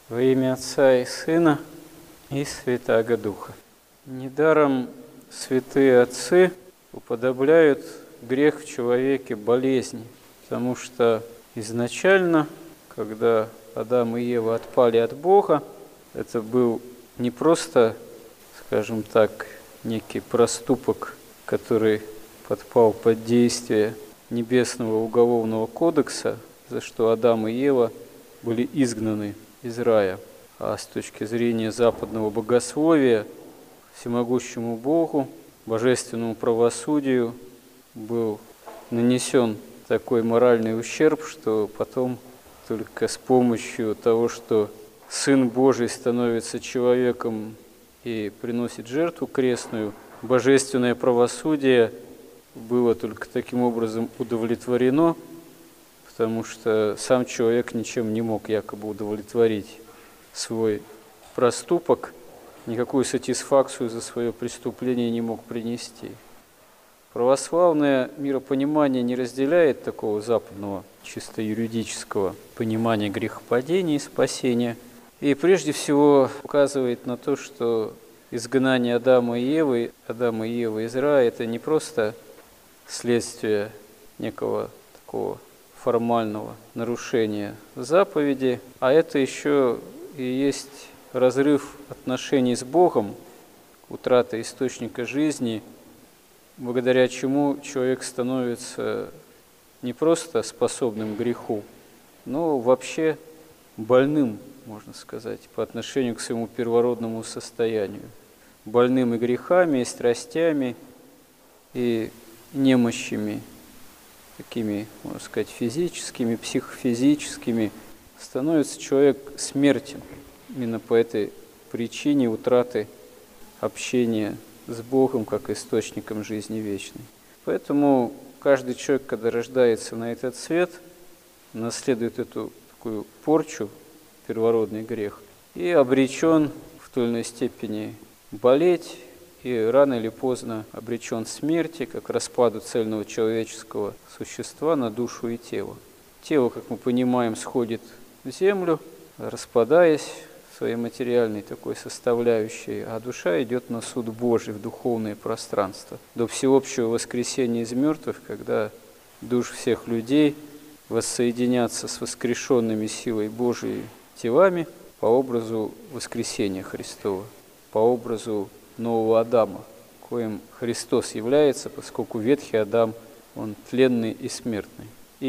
Во имя Отца и Сына и Святаго Духа. Недаром святые отцы уподобляют грех в человеке болезни, потому что изначально, когда Адам и Ева отпали от Бога, это был не просто, скажем так, некий проступок, который подпал под действие Небесного уголовного кодекса, за что Адам и Ева были изгнаны из рая. А с точки зрения западного богословия, всемогущему Богу, божественному правосудию был нанесен такой моральный ущерб, что потом только с помощью того, что Сын Божий становится человеком и приносит жертву крестную, божественное правосудие было только таким образом удовлетворено, потому что сам человек ничем не мог якобы удовлетворить свой проступок, никакую сатисфакцию за свое преступление не мог принести. Православное миропонимание не разделяет такого западного, чисто юридического понимания грехопадения и спасения, и прежде всего указывает на то, что изгнание Адама и Евы из рая – это не просто следствие некого такого формального нарушения заповеди, а это еще и есть разрыв отношений с Богом, утрата источника жизни, благодаря чему человек становится не просто способным к греху, но вообще больным, можно сказать, по отношению к своему первородному состоянию. Больным и грехами, и страстями, и немощами, такими, можно сказать, физическими, психофизическими, становится человек смертен именно по этой причине утраты общения с Богом как источником жизни вечной. Поэтому каждый человек, когда рождается на этот свет, наследует эту такую порчу, первородный грех, и обречен в той или иной степени болеть, и рано или поздно обречен смерти, как распаду цельного человеческого существа на душу и тело. Тело, как мы понимаем, сходит в землю, распадаясь в своей материальной такой составляющей, а душа идет на суд Божий в духовное пространство, до всеобщего воскресения из мертвых, когда души всех людей воссоединятся с воскрешенными силой Божией телами по образу воскресения Христова, по образу нового Адама, коим Христос является, поскольку ветхий Адам, он тленный и смертный.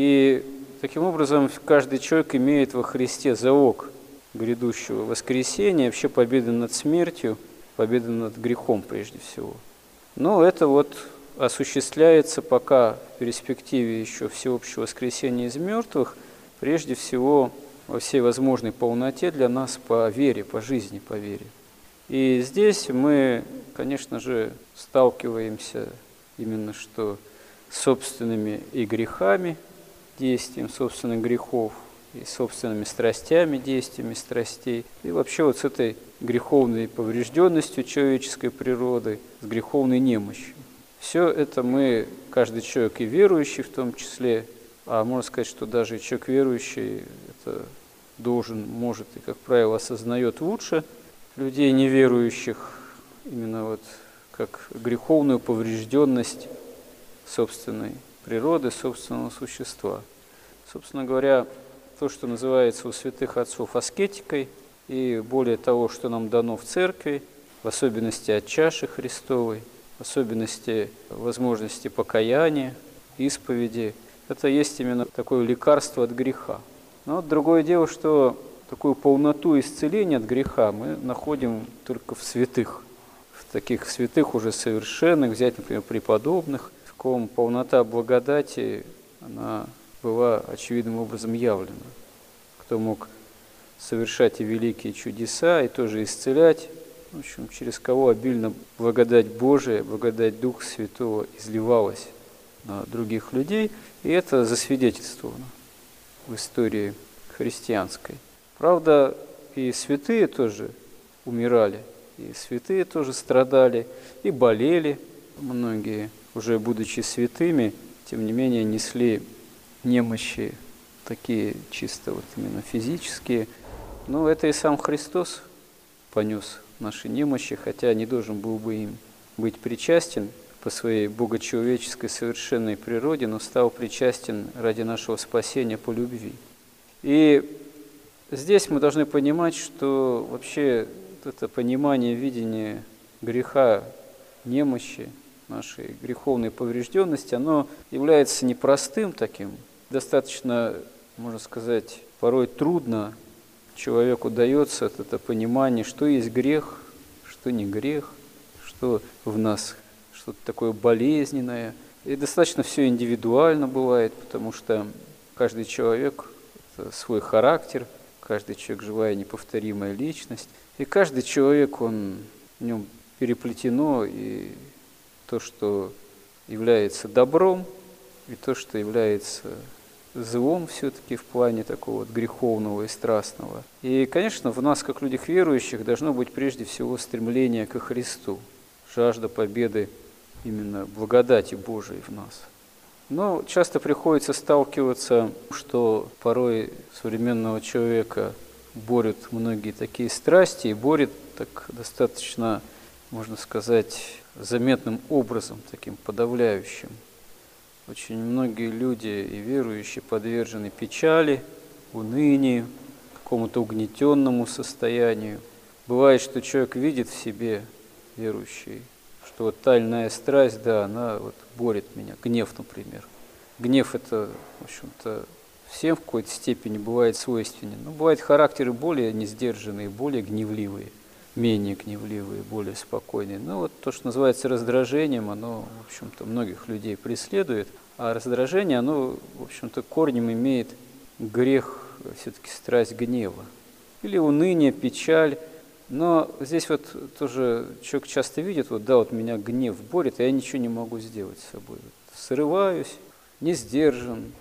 И таким образом каждый человек имеет во Христе залог грядущего воскресения, вообще победы над смертью, победы над грехом прежде всего. Но это вот осуществляется пока в перспективе еще всеобщего воскресения из мертвых, прежде всего во всей возможной полноте для нас по вере, по жизни, по вере. И здесь мы, конечно же, сталкиваемся именно что с собственными и грехами, действием собственных грехов, и собственными страстями, действиями страстей, и вообще вот с этой греховной поврежденностью человеческой природы, с греховной немощью. Все это мы, каждый человек и верующий в том числе, а можно сказать, что даже человек верующий это должен, может и, как правило, осознает лучше людей неверующих, именно вот как греховную поврежденность собственной природы, собственного существа. Собственно говоря, то, что называется у святых отцов аскетикой, и более того, что нам дано в церкви, в особенности от чаши Христовой, в особенности возможности покаяния, исповеди, это есть именно такое лекарство от греха. Но вот другое дело, что такую полноту исцеления от греха мы находим только в святых. В таких святых уже совершенных, взять, например, преподобных, в ком полнота благодати, она была очевидным образом явлена. Кто мог совершать и великие чудеса, и тоже исцелять, в общем, через кого обильно благодать Божия, благодать Духа Святого изливалась на других людей, и это засвидетельствовано в истории христианской. Правда, и святые тоже умирали, и святые тоже страдали, и болели. Многие, уже будучи святыми, тем не менее несли немощи такие чисто вот именно физические, Но это и сам Христос понес наши немощи, хотя не должен был бы им быть причастен по своей богочеловеческой совершенной природе, но стал причастен ради нашего спасения по любви. И здесь мы должны понимать, что вообще это понимание, видение греха, немощи, нашей греховной поврежденности, оно является непростым таким, достаточно, можно сказать, порой трудно человеку дается это понимание, что есть грех, что не грех, что в нас что-то такое болезненное. И достаточно все индивидуально бывает, потому что каждый человек – это свой характер, каждый человек – живая неповторимая личность. И каждый человек, в нем переплетено и то, что является добром, и то, что является злом все-таки в плане такого вот греховного и страстного. И, конечно, в нас, как людях верующих, должно быть прежде всего стремление ко Христу, жажда победы именно благодати Божией в нас. Но часто приходится сталкиваться, что порой современного человека борют многие такие страсти, и борют так достаточно, можно сказать, заметным образом, таким подавляющим. Очень многие люди и верующие подвержены печали, унынию, какому-то угнетенному состоянию. Бывает, что человек видит в себе, верующий, что вот тайная страсть, да, она вот борет меня. Гнев, например. Гнев – это, в общем-то, всем в какой-то степени бывает свойственен. Но бывают характеры более несдержанные, более гневливые, менее гневливые, более спокойные. Но вот то, что называется раздражением, оно, в общем-то, многих людей преследует. А раздражение, оно, в общем-то, корнем имеет грех, все-таки страсть гнева. Или уныние, печаль. Но здесь вот тоже человек часто видит, вот да, вот меня гнев борет, а я ничего не могу сделать с собой. Вот срываюсь, не сдержан,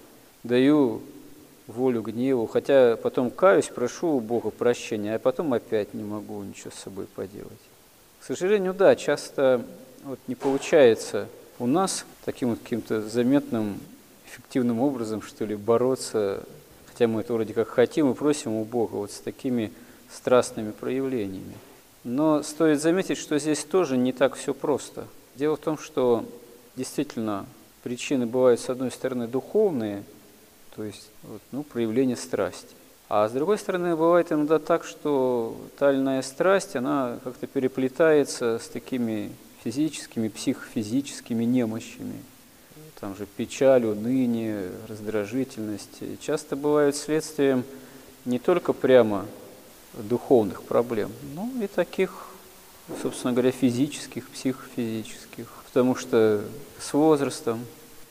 даю волю гневу, хотя потом каюсь, прошу у Бога прощения, а потом опять не могу ничего с собой поделать. К сожалению, да, часто вот не получается у нас таким вот каким-то заметным, эффективным образом, что ли, бороться, хотя мы это вроде как хотим и просим у Бога, вот с такими страстными проявлениями. Но стоит заметить, что здесь тоже не так все просто. Дело в том, что действительно причины бывают, с одной стороны, духовные, то есть проявление страсти. А с другой стороны, бывает иногда так, что тайная страсть, она как-то переплетается с такими физическими, психофизическими немощами. Там же печаль, уныние, раздражительность часто бывают следствием не только прямо духовных проблем, но и таких, собственно говоря, физических, психофизических. Потому что с возрастом,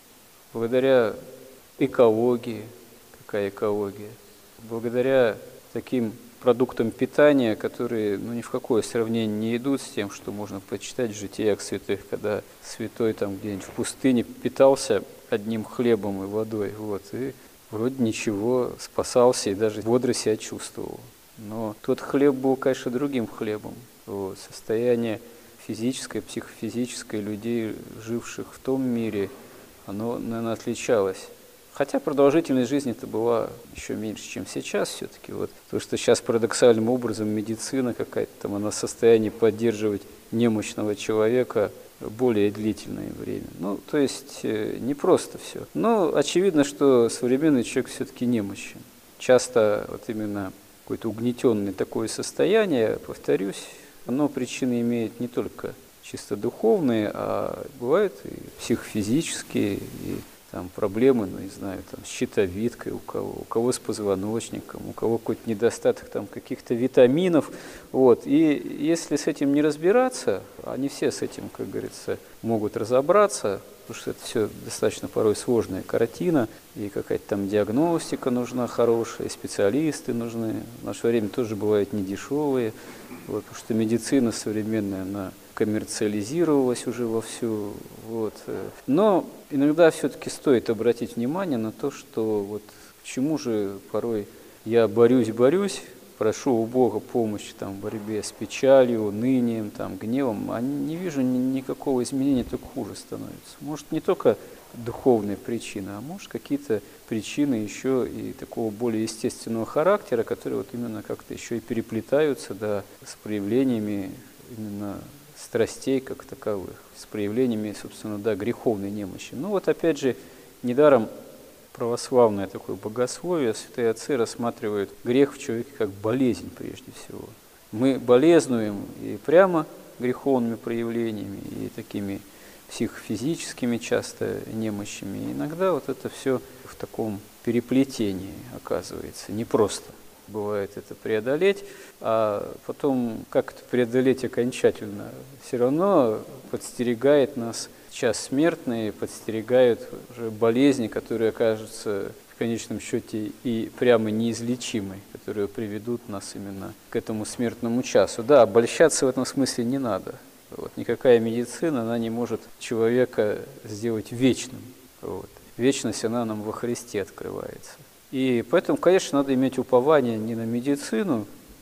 благодаря экологии, какая экология, благодаря таким продуктам питания, которые ни в какое сравнение не идут с тем, что можно почитать в житиях святых, когда святой там где-нибудь в пустыне питался одним хлебом и водой, и вроде ничего, спасался и даже бодро себя чувствовал. Но тот хлеб был, конечно, другим хлебом. Состояние физическое, психофизическое людей, живших в том мире, оно, наверное, отличалось. Хотя продолжительность жизни-то была еще меньше, чем сейчас все-таки. То, что сейчас парадоксальным образом медицина какая-то там, она в состоянии поддерживать немощного человека более длительное время. То есть не просто все. Но очевидно, что современный человек все-таки немощен. Часто именно какое-то угнетенное такое состояние, повторюсь, оно причины имеет не только чисто духовные, а бывают и психофизические, и там проблемы, с щитовидкой у кого с позвоночником, у кого какой-то недостаток там каких-то витаминов. И если с этим не разбираться, а не все с этим, как говорится, могут разобраться, потому что это все достаточно порой сложная картина, и какая-то там диагностика нужна хорошая, специалисты нужны. В наше время тоже бывают недешевые, потому что медицина современная, она коммерциализировалась уже вовсю. Но иногда все-таки стоит обратить внимание на то, что к чему же порой я борюсь, прошу у Бога помощи в борьбе с печалью, унынием, гневом, а не вижу никакого изменения, только хуже становится. Может, не только духовные причины, а может какие-то причины еще и такого более естественного характера, которые вот именно как-то еще и переплетаются, да, с проявлениями именно страстей как таковых, с проявлениями, собственно, да, греховной немощи. Ну вот опять же, недаром православное такое богословие, святые отцы рассматривают грех в человеке как болезнь прежде всего. Мы болезнуем и прямо греховными проявлениями, и такими психофизическими часто немощами. И иногда вот это все в таком переплетении оказывается. Не просто бывает это преодолеть, а потом как это преодолеть окончательно? Все равно подстерегает нас час смертный, подстерегают уже болезни, которые окажутся в конечном счете и прямо неизлечимой, которые приведут нас именно к этому смертному часу. Да, обольщаться в этом смысле не надо. Вот. Никакая медицина, она не может человека сделать вечным. Вот. Вечность, она нам во Христе открывается. И поэтому, конечно, надо иметь упование не на медицину,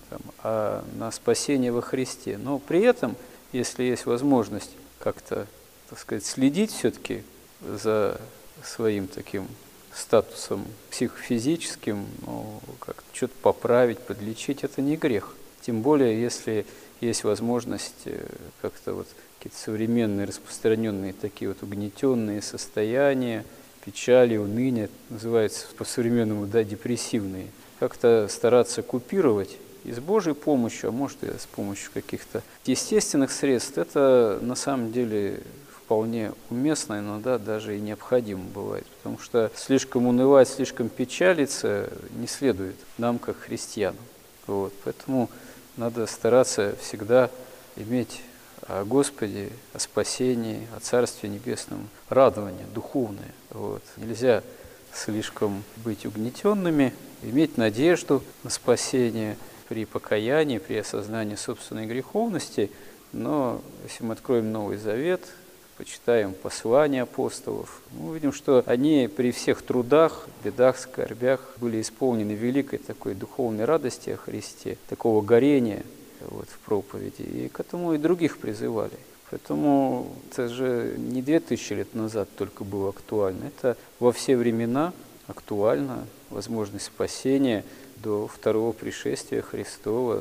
а на спасение во Христе. Но при этом, если есть возможность как-то, так сказать, следить все-таки за своим таким статусом психофизическим, ну, как-то что-то поправить, подлечить, это не грех. Тем более, если есть возможность как-то вот какие-то современные, распространенные такие вот угнетенные состояния, печали, уныния, называется по-современному, да, депрессивные, как-то стараться купировать и с Божьей помощью, а может и с помощью каких-то естественных средств, это на самом деле вполне уместно, иногда даже и необходимо бывает, потому что слишком унывать, слишком печалиться не следует нам, как христианам. Вот. Поэтому надо стараться всегда иметь о Господе, о спасении, о Царстве Небесном радование духовное. Вот. Нельзя слишком быть угнетенными, иметь надежду на спасение при покаянии, при осознании собственной греховности. Но если мы откроем Новый Завет, почитаем послания апостолов, мы увидим, что они при всех трудах, бедах, скорбях были исполнены великой такой духовной радости о Христе, такого горения вот, в проповеди, и к этому и других призывали. Поэтому это же не 2000 лет назад только было актуально, это во все времена актуально, возможность спасения до второго пришествия Христова,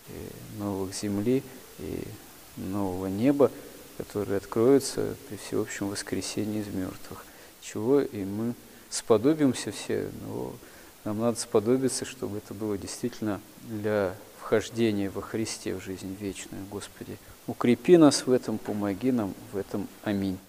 и новых земли, и нового неба, которые откроются при всеобщем воскресении из мертвых. Чего и мы сподобимся все, но нам надо сподобиться, чтобы это было действительно для вхождения во Христе в жизнь вечную. Господи, укрепи нас в этом, помоги нам в этом. Аминь.